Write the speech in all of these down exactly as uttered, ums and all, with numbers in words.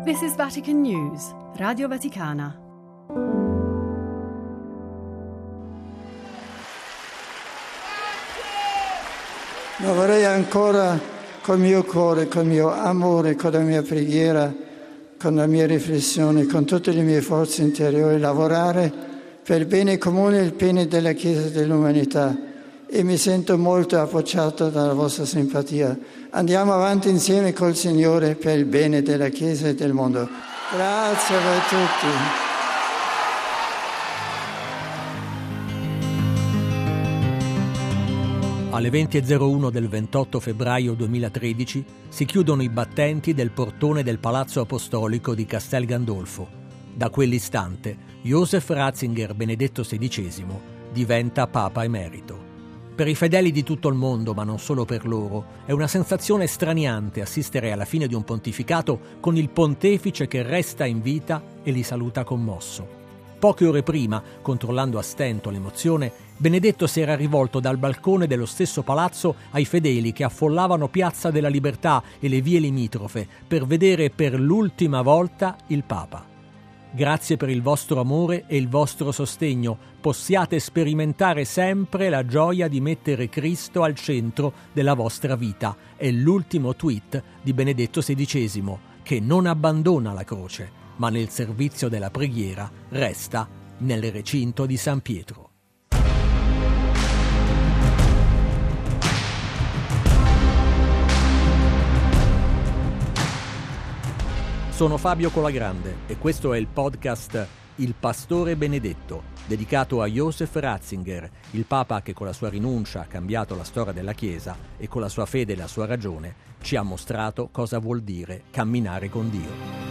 This is Vatican News, Radio Vaticana. Ma vorrei ancora, col mio cuore, col mio amore, con la mia preghiera, con la mia riflessione, con tutte le mie forze interiori, lavorare per il bene comune e il bene della Chiesa e dell'umanità. E mi sento molto appoggiato dalla vostra simpatia. Andiamo avanti insieme col Signore per il bene della Chiesa e del mondo. Grazie a voi tutti. Alle venti e zero uno del ventotto febbraio duemilatredici si chiudono i battenti del portone del Palazzo Apostolico di Castel Gandolfo. Da quell'istante Joseph Ratzinger Benedetto sedicesimo diventa Papa Emerito. Per i fedeli di tutto il mondo, ma non solo per loro, è una sensazione straniante assistere alla fine di un pontificato con il pontefice che resta in vita e li saluta commosso. Poche ore prima, controllando a stento l'emozione, Benedetto si era rivolto dal balcone dello stesso palazzo ai fedeli che affollavano Piazza della Libertà e le vie limitrofe per vedere per l'ultima volta il Papa. Grazie per il vostro amore e il vostro sostegno. Possiate sperimentare sempre la gioia di mettere Cristo al centro della vostra vita. È l'ultimo tweet di Benedetto sedicesimo, che non abbandona la croce, ma nel servizio della preghiera resta nel recinto di San Pietro. Sono Fabio Colagrande e questo è il podcast Il Pastore Benedetto, dedicato a Joseph Ratzinger, il Papa che con la sua rinuncia ha cambiato la storia della Chiesa e con la sua fede e la sua ragione ci ha mostrato cosa vuol dire camminare con Dio.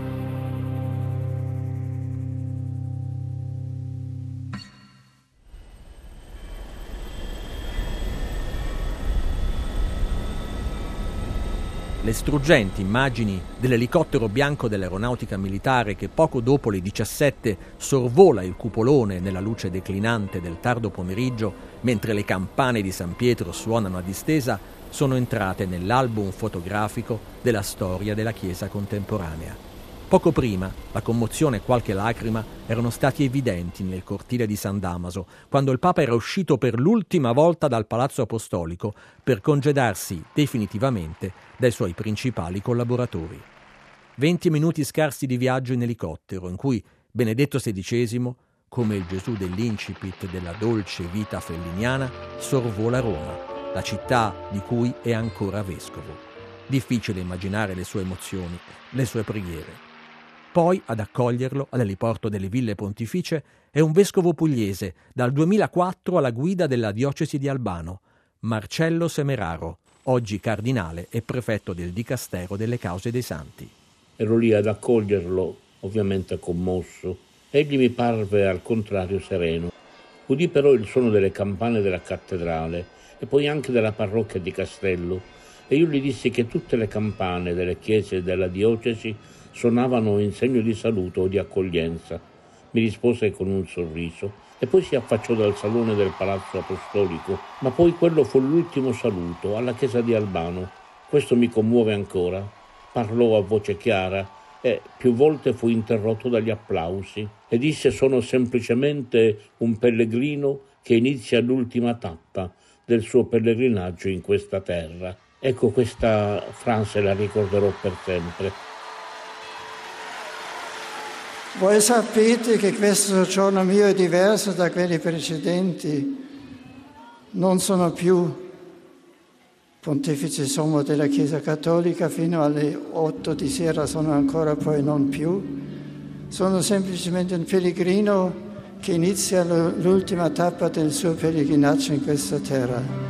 Le struggenti immagini dell'elicottero bianco dell'aeronautica militare che poco dopo le diciassette sorvola il cupolone nella luce declinante del tardo pomeriggio, mentre le campane di San Pietro suonano a distesa, sono entrate nell'album fotografico della storia della Chiesa contemporanea. Poco prima, la commozione e qualche lacrima erano stati evidenti nel cortile di San Damaso, quando il Papa era uscito per l'ultima volta dal Palazzo Apostolico per congedarsi definitivamente dai suoi principali collaboratori. Venti minuti scarsi di viaggio in elicottero, in cui Benedetto sedicesimo, come il Gesù dell'incipit della dolce vita felliniana, sorvola Roma, la città di cui è ancora vescovo. Difficile immaginare le sue emozioni, le sue preghiere. Poi, ad accoglierlo all'eliporto delle Ville Pontificie, è un vescovo pugliese, dal duemilaquattro alla guida della diocesi di Albano, Marcello Semeraro, oggi cardinale e prefetto del Dicastero delle Cause dei Santi. Ero lì ad accoglierlo, ovviamente commosso. Egli mi parve al contrario sereno. Udì però il suono delle campane della cattedrale e poi anche della parrocchia di Castello, e io gli dissi che tutte le campane delle chiese della diocesi suonavano in segno di saluto o di accoglienza. Mi rispose con un sorriso e poi si affacciò dal salone del Palazzo Apostolico, ma poi quello fu l'ultimo saluto alla chiesa di Albano. Questo mi commuove ancora. Parlò a voce chiara e più volte fu interrotto dagli applausi e disse: sono semplicemente un pellegrino che inizia l'ultima tappa del suo pellegrinaggio in questa terra. Ecco, questa frase la ricorderò per sempre. Voi sapete che questo giorno mio è diverso da quelli precedenti. Non sono più pontefice sommo della Chiesa Cattolica, fino alle otto di sera sono ancora, poi non più. Sono semplicemente un pellegrino che inizia l'ultima tappa del suo pellegrinaggio in questa terra.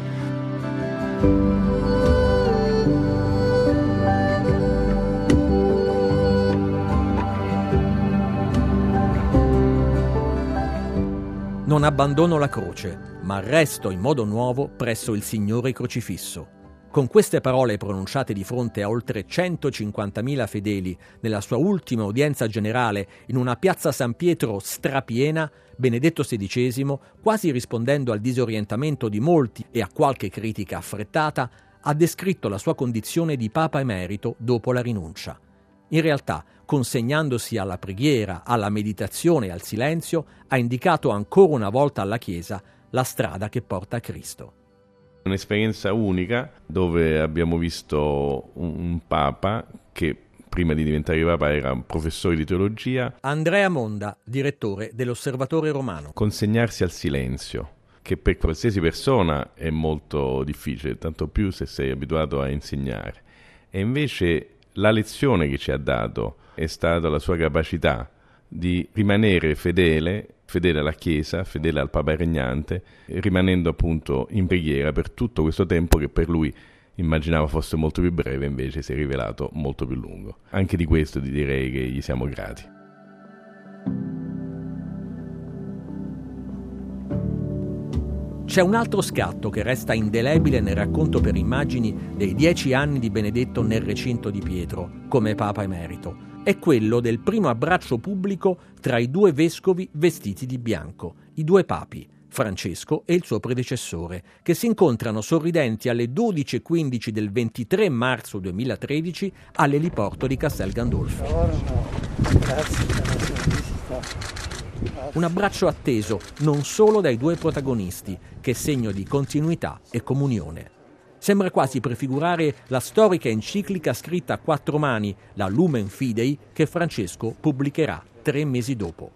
Non abbandono la croce, ma resto in modo nuovo presso il Signore crocifisso. Con queste parole pronunciate di fronte a oltre centocinquantamila fedeli nella sua ultima udienza generale in una piazza San Pietro strapiena, Benedetto sedicesimo, quasi rispondendo al disorientamento di molti e a qualche critica affrettata, ha descritto la sua condizione di Papa Emerito dopo la rinuncia. In realtà, consegnandosi alla preghiera, alla meditazione e al silenzio, ha indicato ancora una volta alla Chiesa la strada che porta a Cristo. Un'esperienza unica dove abbiamo visto un Papa che prima di diventare Papa era un professore di teologia. Andrea Monda, direttore dell'Osservatore Romano. Consegnarsi al silenzio, che per qualsiasi persona è molto difficile, tanto più se sei abituato a insegnare. E invece la lezione che ci ha dato è stata la sua capacità di rimanere fedele, fedele alla Chiesa, fedele al Papa regnante, rimanendo appunto in preghiera per tutto questo tempo che per lui immaginava fosse molto più breve, invece si è rivelato molto più lungo. Anche di questo ti direi che gli siamo grati. C'è un altro scatto che resta indelebile nel racconto per immagini dei dieci anni di Benedetto nel recinto di Pietro, come Papa emerito. È quello del primo abbraccio pubblico tra i due vescovi vestiti di bianco, i due papi, Francesco e il suo predecessore, che si incontrano sorridenti alle dodici e quindici del ventitré marzo duemilatredici all'eliporto di Castel Gandolfo. Grazie per la sua visita. Un abbraccio atteso non solo dai due protagonisti, che segno di continuità e comunione. Sembra quasi prefigurare la storica enciclica scritta a quattro mani, la Lumen Fidei, che Francesco pubblicherà tre mesi dopo.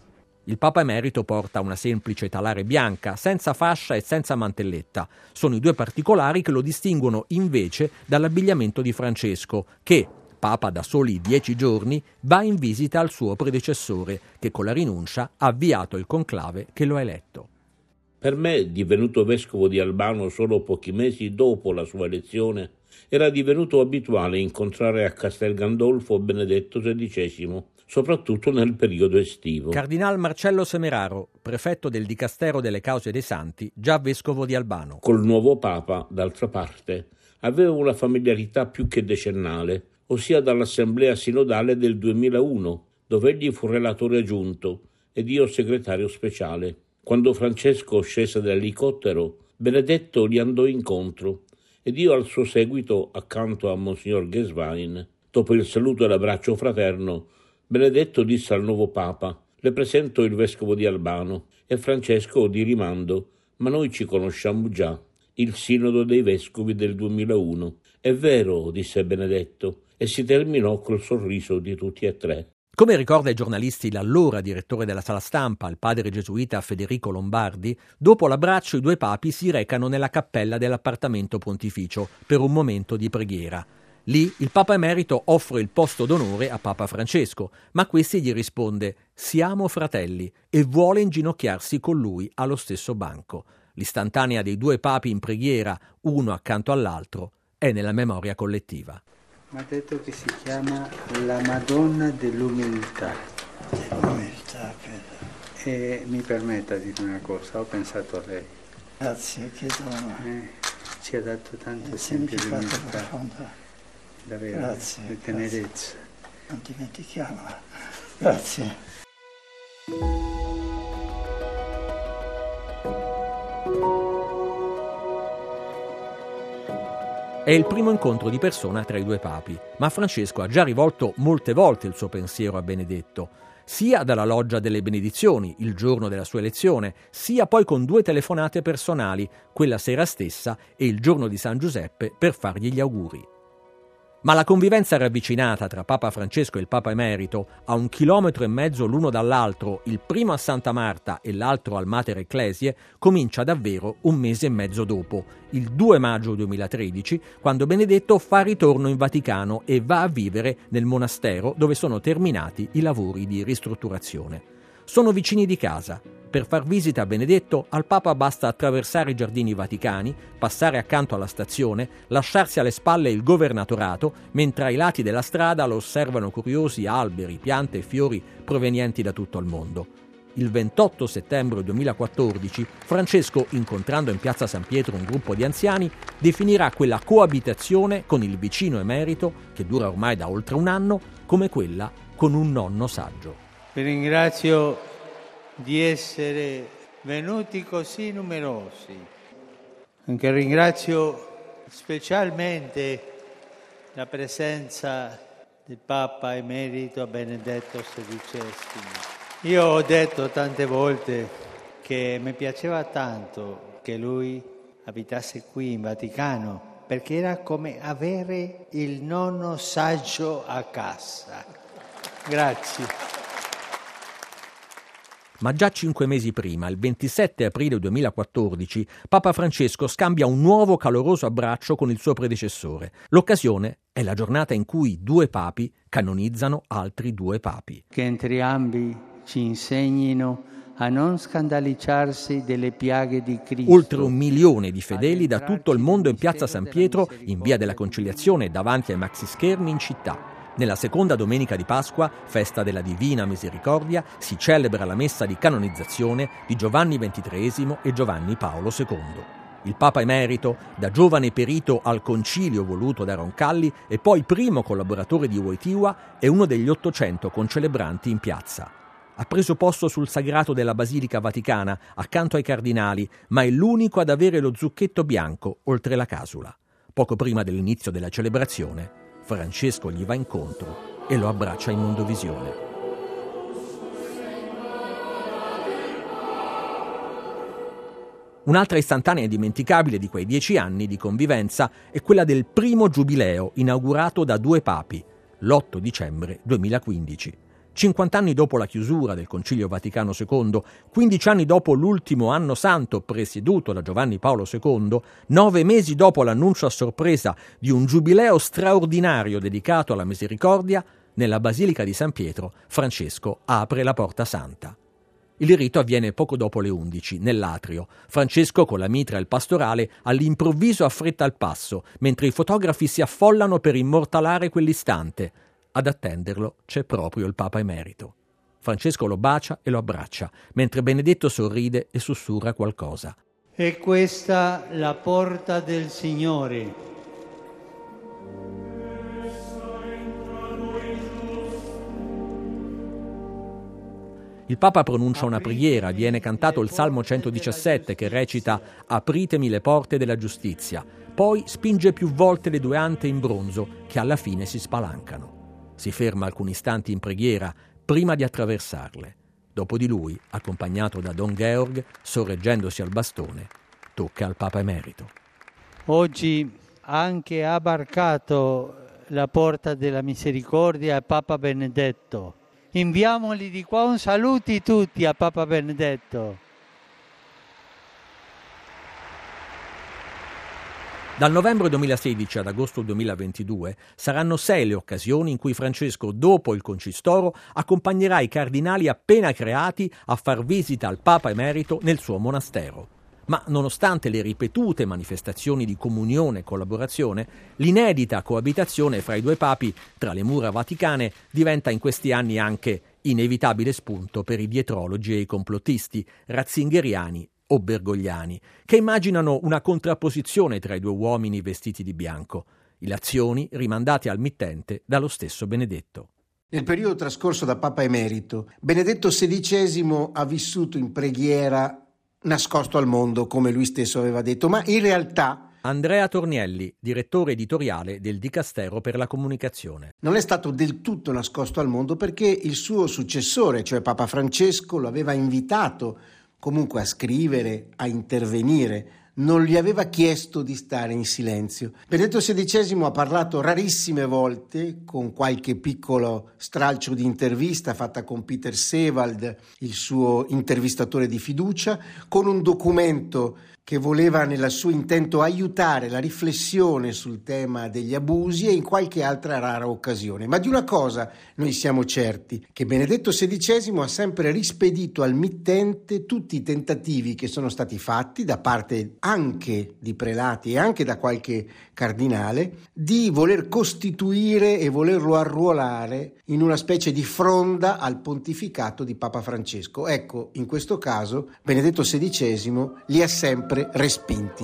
Il Papa emerito porta una semplice talare bianca, senza fascia e senza mantelletta. Sono i due particolari che lo distinguono invece dall'abbigliamento di Francesco, che, Papa da soli dieci giorni, va in visita al suo predecessore, che con la rinuncia ha avviato il conclave che lo ha eletto. Per me, divenuto vescovo di Albano solo pochi mesi dopo la sua elezione, era divenuto abituale incontrare a Castel Gandolfo Benedetto sedicesimo, soprattutto nel periodo estivo. Cardinal Marcello Semeraro, prefetto del Dicastero delle Cause dei Santi, già vescovo di Albano. Col nuovo Papa, d'altra parte, aveva una familiarità più che decennale, ossia dall'Assemblea Sinodale del duemilauno, dove egli fu relatore aggiunto ed io segretario speciale. Quando Francesco scese dall'elicottero, Benedetto gli andò incontro ed io al suo seguito accanto a Monsignor Gesvain. Dopo il saluto e l'abbraccio fraterno, Benedetto disse al nuovo Papa: «Le presento il vescovo di Albano», e Francesco di rimando: «Ma noi ci conosciamo già, il Sinodo dei Vescovi del duemilauno». «È vero», disse Benedetto, e si terminò col sorriso di tutti e tre. Come ricorda ai giornalisti l'allora direttore della sala stampa, il padre gesuita Federico Lombardi, dopo l'abbraccio i due papi si recano nella cappella dell'appartamento pontificio per un momento di preghiera. Lì il Papa emerito offre il posto d'onore a Papa Francesco, ma questi gli risponde «Siamo fratelli» e vuole inginocchiarsi con lui allo stesso banco. L'istantanea dei due papi in preghiera, uno accanto all'altro, è nella memoria collettiva. Mi ha detto che si chiama la Madonna dell'Umiltà. Dell'umiltà, credo. E mi permetta di dire una cosa, ho pensato a lei. Grazie, che dono. Eh, ci ha dato tanto Il esempio di significato umiltà, profondo. davvero, Grazie, di tenerezza. grazie. Non dimentichiamola. Grazie. È il primo incontro di persona tra i due papi, ma Francesco ha già rivolto molte volte il suo pensiero a Benedetto, sia dalla loggia delle benedizioni, il giorno della sua elezione, sia poi con due telefonate personali, quella sera stessa e il giorno di San Giuseppe, per fargli gli auguri. Ma la convivenza ravvicinata tra Papa Francesco e il Papa emerito, a un chilometro e mezzo l'uno dall'altro, il primo a Santa Marta e l'altro al Mater Ecclesiae, comincia davvero un mese e mezzo dopo, il due maggio duemilatredici, quando Benedetto fa ritorno in Vaticano e va a vivere nel monastero dove sono terminati i lavori di ristrutturazione. Sono vicini di casa. Per far visita a Benedetto, al Papa basta attraversare i giardini vaticani, passare accanto alla stazione, lasciarsi alle spalle il governatorato, mentre ai lati della strada lo osservano curiosi alberi, piante e fiori provenienti da tutto il mondo. Il ventotto settembre duemilaquattordici, Francesco, incontrando in piazza San Pietro un gruppo di anziani, definirà quella coabitazione con il vicino emerito, che dura ormai da oltre un anno, come quella con un nonno saggio. Vi ringrazio di essere venuti così numerosi. Anche ringrazio specialmente la presenza del Papa Emerito Benedetto sedicesimo. Io ho detto tante volte che mi piaceva tanto che lui abitasse qui in Vaticano, perché era come avere il nonno saggio a casa. Grazie. Ma già cinque mesi prima, il ventisette aprile duemilaquattordici, Papa Francesco scambia un nuovo caloroso abbraccio con il suo predecessore. L'occasione è la giornata in cui due papi canonizzano altri due papi. Che entrambi ci insegnino a non scandalizzarsi delle piaghe di Cristo. Oltre un milione di fedeli da tutto il mondo in piazza San Pietro, in via della Conciliazione, davanti ai maxischermi in città. Nella seconda domenica di Pasqua, festa della Divina Misericordia, si celebra la messa di canonizzazione di Giovanni ventitreesimo e Giovanni Paolo secondo. Il Papa Emerito, da giovane perito al concilio voluto da Roncalli e poi primo collaboratore di Wojtyła, è uno degli ottocento concelebranti in piazza. Ha preso posto sul sagrato della Basilica Vaticana, accanto ai cardinali, ma è l'unico ad avere lo zucchetto bianco oltre la casula. Poco prima dell'inizio della celebrazione, Francesco gli va incontro e lo abbraccia in mondovisione. Un'altra istantanea indimenticabile di quei dieci anni di convivenza è quella del primo giubileo inaugurato da due papi, l'otto dicembre duemilaquindici. cinquant'anni dopo la chiusura del Concilio Vaticano secondo, quindici anni dopo l'ultimo anno santo presieduto da Giovanni Paolo secondo, nove mesi dopo l'annuncio a sorpresa di un giubileo straordinario dedicato alla misericordia, nella Basilica di San Pietro Francesco apre la Porta Santa. Il rito avviene poco dopo le undici, nell'atrio. Francesco, con la mitra e il pastorale, all'improvviso affretta il passo, mentre i fotografi si affollano per immortalare quell'istante. Ad attenderlo c'è proprio il Papa Emerito. Francesco lo bacia e lo abbraccia, mentre Benedetto sorride e sussurra qualcosa. È questa la porta del Signore. Il Papa pronuncia una preghiera, viene cantato il Salmo centodiciassette che recita «Apritemi le porte della giustizia», poi spinge più volte le due ante in bronzo che alla fine si spalancano. Si ferma alcuni istanti in preghiera prima di attraversarle. Dopo di lui, accompagnato da Don Georg, sorreggendosi al bastone, tocca al Papa Emerito. Oggi anche ha varcato la porta della misericordia a Papa Benedetto. Inviamoli di qua un saluti tutti a Papa Benedetto. Dal novembre duemilasedici ad agosto duemilaventidue saranno sei le occasioni in cui Francesco, dopo il concistoro, accompagnerà i cardinali appena creati a far visita al Papa Emerito nel suo monastero. Ma nonostante le ripetute manifestazioni di comunione e collaborazione, l'inedita coabitazione fra i due papi tra le mura vaticane diventa in questi anni anche inevitabile spunto per i dietrologi e i complottisti ratzingeriani o bergogliani, che immaginano una contrapposizione tra i due uomini vestiti di bianco, ilazioni rimandate al mittente dallo stesso Benedetto. Nel periodo trascorso da Papa Emerito, Benedetto sedicesimo ha vissuto in preghiera nascosto al mondo, come lui stesso aveva detto, ma in realtà Andrea Tornielli, direttore editoriale del Dicastero per la Comunicazione. Non è stato del tutto nascosto al mondo perché il suo successore, cioè Papa Francesco, lo aveva invitato comunque a scrivere, a intervenire, non gli aveva chiesto di stare in silenzio. Benedetto sedicesimo ha parlato rarissime volte, con qualche piccolo stralcio di intervista fatta con Peter Sewald, il suo intervistatore di fiducia, con un documento che voleva nel suo intento aiutare la riflessione sul tema degli abusi e in qualche altra rara occasione. Ma di una cosa noi siamo certi, che Benedetto sedicesimo ha sempre rispedito al mittente tutti i tentativi che sono stati fatti da parte anche di prelati e anche da qualche cardinale di voler costituire e volerlo arruolare in una specie di fronda al pontificato di Papa Francesco. Ecco, in questo caso Benedetto sedicesimo li ha sempre respinti.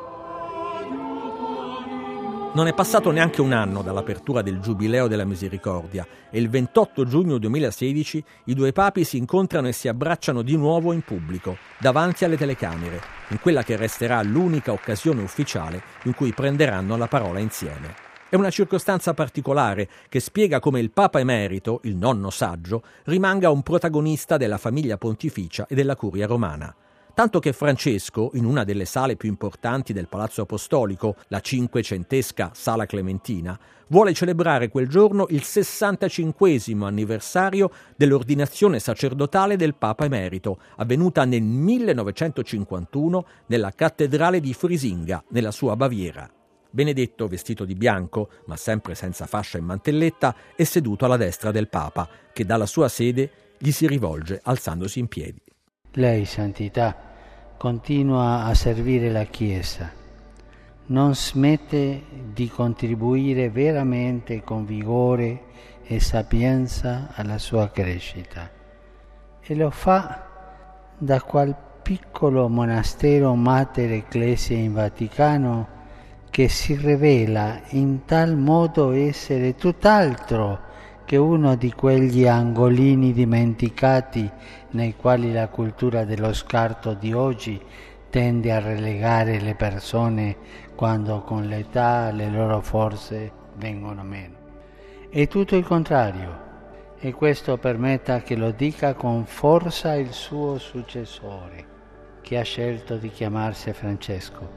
Non è passato neanche un anno dall'apertura del Giubileo della Misericordia e il ventotto giugno duemilasedici i due papi si incontrano e si abbracciano di nuovo in pubblico, davanti alle telecamere, in quella che resterà l'unica occasione ufficiale in cui prenderanno la parola insieme. È una circostanza particolare che spiega come il Papa Emerito, il nonno saggio, rimanga un protagonista della famiglia pontificia e della curia romana. Tanto che Francesco, in una delle sale più importanti del Palazzo Apostolico, la cinquecentesca Sala Clementina, vuole celebrare quel giorno il sessantacinquesimo anniversario dell'ordinazione sacerdotale del Papa Emerito, avvenuta nel millenovecentocinquantuno nella cattedrale di Frisinga, nella sua Baviera. Benedetto, vestito di bianco, ma sempre senza fascia e mantelletta, è seduto alla destra del Papa, che dalla sua sede gli si rivolge alzandosi in piedi. Lei, Santità, continua a servire la Chiesa, non smette di contribuire veramente con vigore e sapienza alla sua crescita e lo fa da quel piccolo monastero Mater Ecclesiae in Vaticano che si rivela in tal modo essere tutt'altro che uno di quegli angolini dimenticati nei quali la cultura dello scarto di oggi tende a relegare le persone quando con l'età le loro forze vengono meno. È tutto il contrario, e questo permetta che lo dica con forza il suo successore, che ha scelto di chiamarsi Francesco.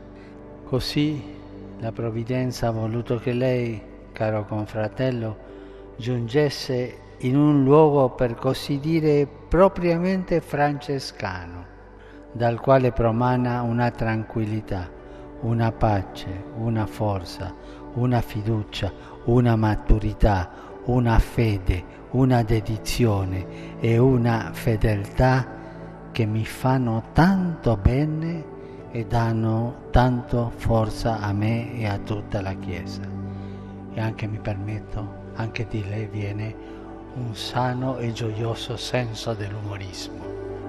Così la provvidenza ha voluto che lei, caro confratello, giungesse in un luogo per così dire propriamente francescano, dal quale promana una tranquillità, una pace, una forza, una fiducia, una maturità, una fede, una dedizione e una fedeltà che mi fanno tanto bene e danno tanto forza a me e a tutta la Chiesa. E anche mi permetto, anche di lei viene un sano e gioioso senso dell'umorismo.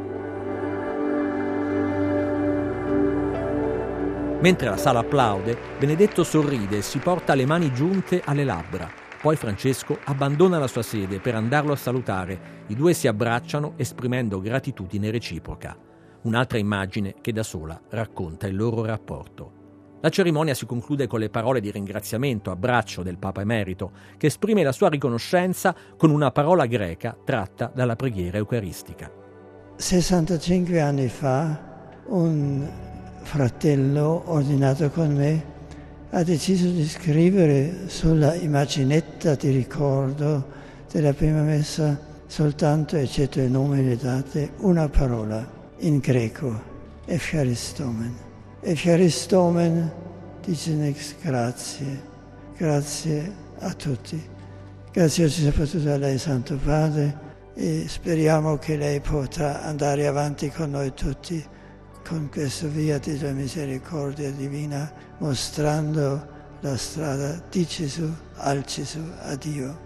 Mentre la sala applaude, Benedetto sorride e si porta le mani giunte alle labbra. Poi Francesco abbandona la sua sede per andarlo a salutare. I due si abbracciano esprimendo gratitudine reciproca. Un'altra immagine che da sola racconta il loro rapporto. La cerimonia si conclude con le parole di ringraziamento, abbraccio del Papa Emerito, che esprime la sua riconoscenza con una parola greca tratta dalla preghiera eucaristica. sessantacinque anni fa un fratello ordinato con me ha deciso di scrivere sulla immaginetta di ricordo della prima messa soltanto, eccetto i nomi e le date, una parola in greco, Eucharistomen. Eucharistomen dice next grazie, grazie a tutti. Grazie soprattutto a lei, Santo Padre, e speriamo che lei potrà andare avanti con noi tutti con questa via della misericordia divina, mostrando la strada di Gesù, al Gesù, a Dio.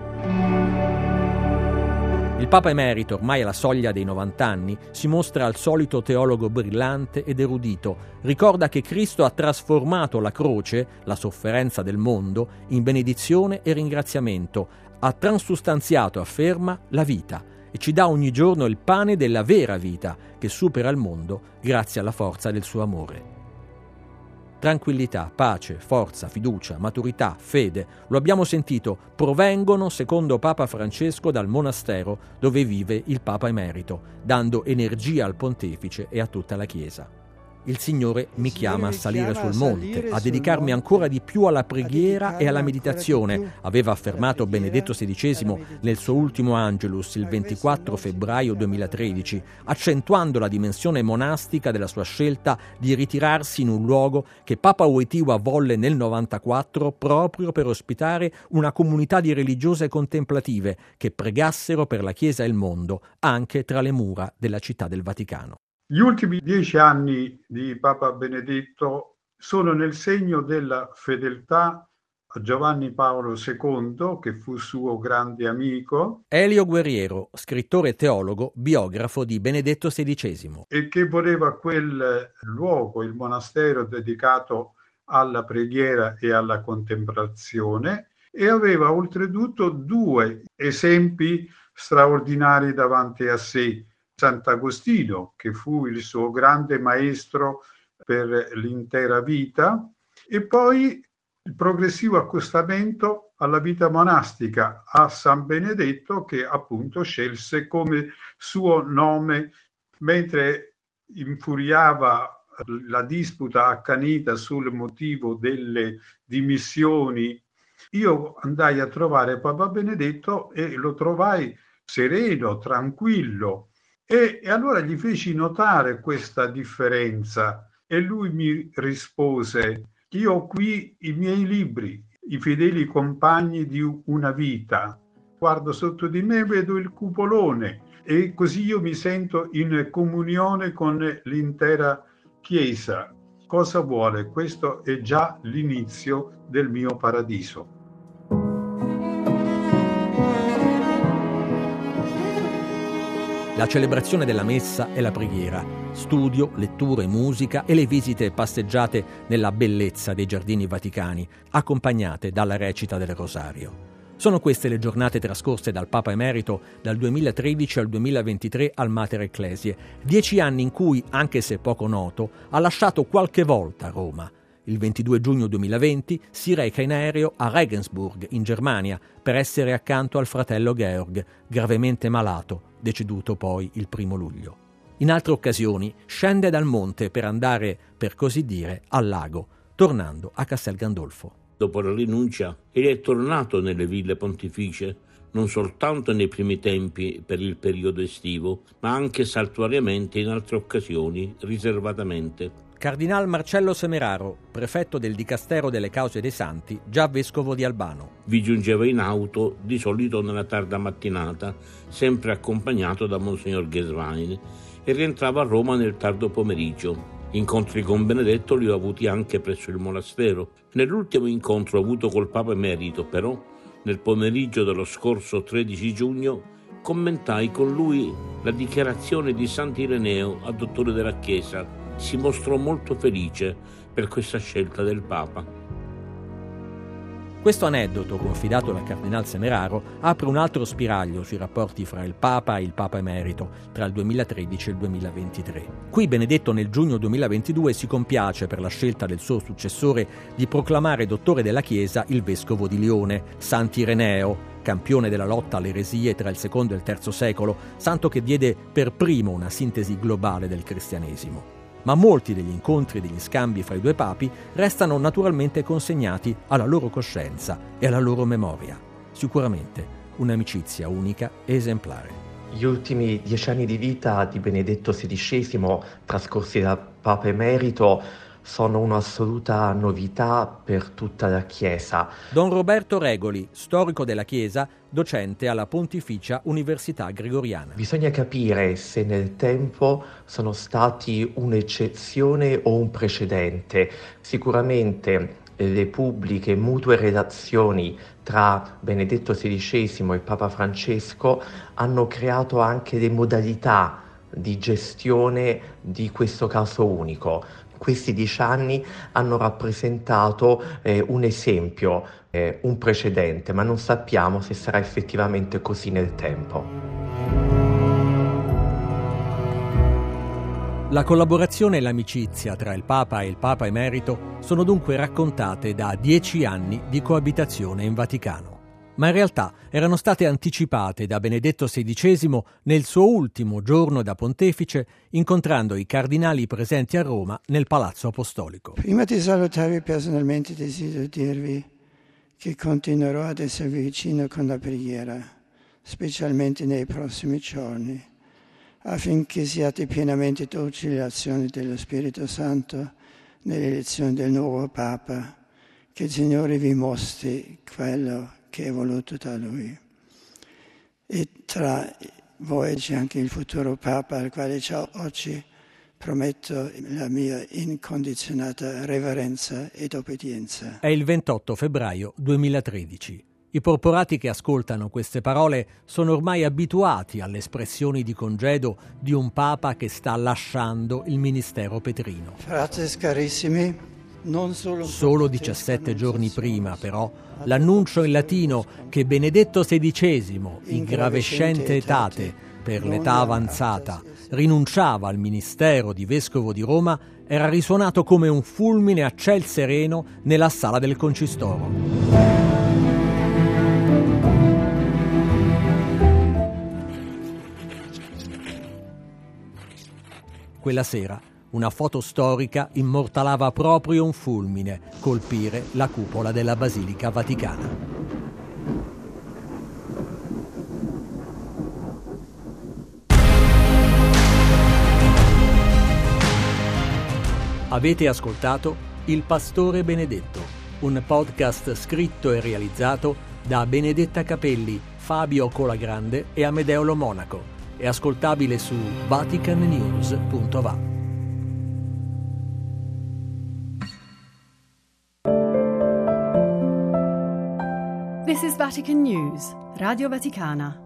Il Papa Emerito, ormai alla soglia dei novanta anni, si mostra al solito teologo brillante ed erudito. Ricorda che Cristo ha trasformato la croce, la sofferenza del mondo, in benedizione e ringraziamento. Ha transustanziato, afferma, la vita e ci dà ogni giorno il pane della vera vita che supera il mondo grazie alla forza del suo amore. Tranquillità, pace, forza, fiducia, maturità, fede, lo abbiamo sentito, provengono, secondo Papa Francesco, dal monastero dove vive il Papa Emerito, dando energia al pontefice e a tutta la Chiesa. Il Signore mi chiama a salire sul monte, a dedicarmi ancora di più alla preghiera e alla meditazione, aveva affermato Benedetto sedicesimo nel suo ultimo Angelus il ventiquattro febbraio duemilatredici, accentuando la dimensione monastica della sua scelta di ritirarsi in un luogo che Papa Wojtyła volle nel novantaquattro proprio per ospitare una comunità di religiose contemplative che pregassero per la Chiesa e il mondo, anche tra le mura della città del Vaticano. Gli ultimi dieci anni di Papa Benedetto sono nel segno della fedeltà a Giovanni Paolo secondo, che fu suo grande amico. Elio Guerriero, scrittore e teologo, biografo di Benedetto sedicesimo. E che voleva quel luogo, il monastero dedicato alla preghiera e alla contemplazione, e aveva oltretutto due esempi straordinari davanti a sé. Sant'Agostino, che fu il suo grande maestro per l'intera vita, e poi il progressivo accostamento alla vita monastica a San Benedetto, che appunto scelse come suo nome mentre infuriava la disputa accanita sul motivo delle dimissioni. Io andai a trovare Papa Benedetto e lo trovai sereno, tranquillo, e, e allora gli feci notare questa differenza e lui mi rispose: io ho qui i miei libri, i fedeli compagni di una vita, guardo sotto di me e vedo il cupolone e così io mi sento in comunione con l'intera Chiesa. Cosa vuole? Questo è già l'inizio del mio paradiso. La celebrazione della messa e la preghiera, studio, letture, musica e le visite e passeggiate nella bellezza dei giardini vaticani, accompagnate dalla recita del Rosario. Sono queste le giornate trascorse dal Papa Emerito dal duemilatredici al duemilaventitré al Mater Ecclesiae, dieci anni in cui, anche se poco noto, ha lasciato qualche volta Roma. Il ventidue giugno duemilaventi si reca in aereo a Regensburg, in Germania, per essere accanto al fratello Georg, gravemente malato, deceduto poi il primo luglio. In altre occasioni scende dal monte per andare, per così dire, al lago, tornando a Castel Gandolfo. Dopo la rinuncia, egli è tornato nelle ville pontificie, non soltanto nei primi tempi per il periodo estivo, ma anche saltuariamente in altre occasioni, riservatamente. Cardinal Marcello Semeraro, prefetto del Dicastero delle Cause dei Santi, già vescovo di Albano. Vi giungeva in auto, di solito nella tarda mattinata, sempre accompagnato da Monsignor Gesvain, e rientrava a Roma nel tardo pomeriggio. Incontri con Benedetto li ho avuti anche presso il monastero. Nell'ultimo incontro avuto col Papa Emerito, però, nel pomeriggio dello scorso tredici giugno, commentai con lui la dichiarazione di Sant'Ireneo a dottore della Chiesa. Si mostrò molto felice per questa scelta del Papa. Questo aneddoto, confidato dal Cardinal Semeraro, apre un altro spiraglio sui rapporti fra il Papa e il Papa Emerito tra il duemilatredici e il duemilaventitré. Qui Benedetto nel giugno duemilaventidue si compiace per la scelta del suo successore di proclamare dottore della Chiesa il vescovo di Lione, Sant'Ireneo, campione della lotta alle eresie tra il secondo e il terzo secolo, santo che diede per primo una sintesi globale del cristianesimo. Ma molti degli incontri e degli scambi fra i due papi restano naturalmente consegnati alla loro coscienza e alla loro memoria. Sicuramente un'amicizia unica e esemplare. Gli ultimi dieci anni di vita di Benedetto sedicesimo, trascorsi da Papa Emerito, sono un'assoluta novità per tutta la Chiesa. Don Roberto Regoli, storico della Chiesa, docente alla Pontificia Università Gregoriana. Bisogna capire se nel tempo sono stati un'eccezione o un precedente. Sicuramente le pubbliche mutue relazioni tra Benedetto sedicesimo e Papa Francesco hanno creato anche le modalità di gestione di questo caso unico. Questi dieci anni hanno rappresentato eh, un esempio, eh, un precedente, ma non sappiamo se sarà effettivamente così nel tempo. La collaborazione e l'amicizia tra il Papa e il Papa Emerito sono dunque raccontate da dieci anni di coabitazione in Vaticano. Ma in realtà erano state anticipate da Benedetto sedicesimo nel suo ultimo giorno da pontefice, incontrando i cardinali presenti a Roma nel Palazzo Apostolico. Prima di salutarvi personalmente desidero dirvi che continuerò ad esservi vicino con la preghiera, specialmente nei prossimi giorni, affinché siate pienamente docili all'azione dello Spirito Santo nell'elezione del nuovo Papa, che il Signore vi mostri quello che è voluto da Lui. E tra voi c'è anche il futuro Papa, al quale già oggi prometto la mia incondizionata reverenza ed obbedienza. È il ventotto febbraio duemilatredici. I porporati che ascoltano queste parole sono ormai abituati alle espressioni di congedo di un Papa che sta lasciando il ministero petrino. Fratres carissimi, non solo, solo diciassette giorni prima, però, l'annuncio in latino che Benedetto sedicesimo, in gravescente etate, per l'età avanzata, rinunciava al ministero di vescovo di Roma era risuonato come un fulmine a ciel sereno nella sala del concistoro. Quella sera una foto storica immortalava proprio un fulmine colpire la cupola della Basilica Vaticana. Avete ascoltato Il Pastore Benedetto, un podcast scritto e realizzato da Benedetta Capelli, Fabio Colagrande e Amedeo Lo Monaco. È ascoltabile su vatican news punto va. This is Vatican News, Radio Vaticana.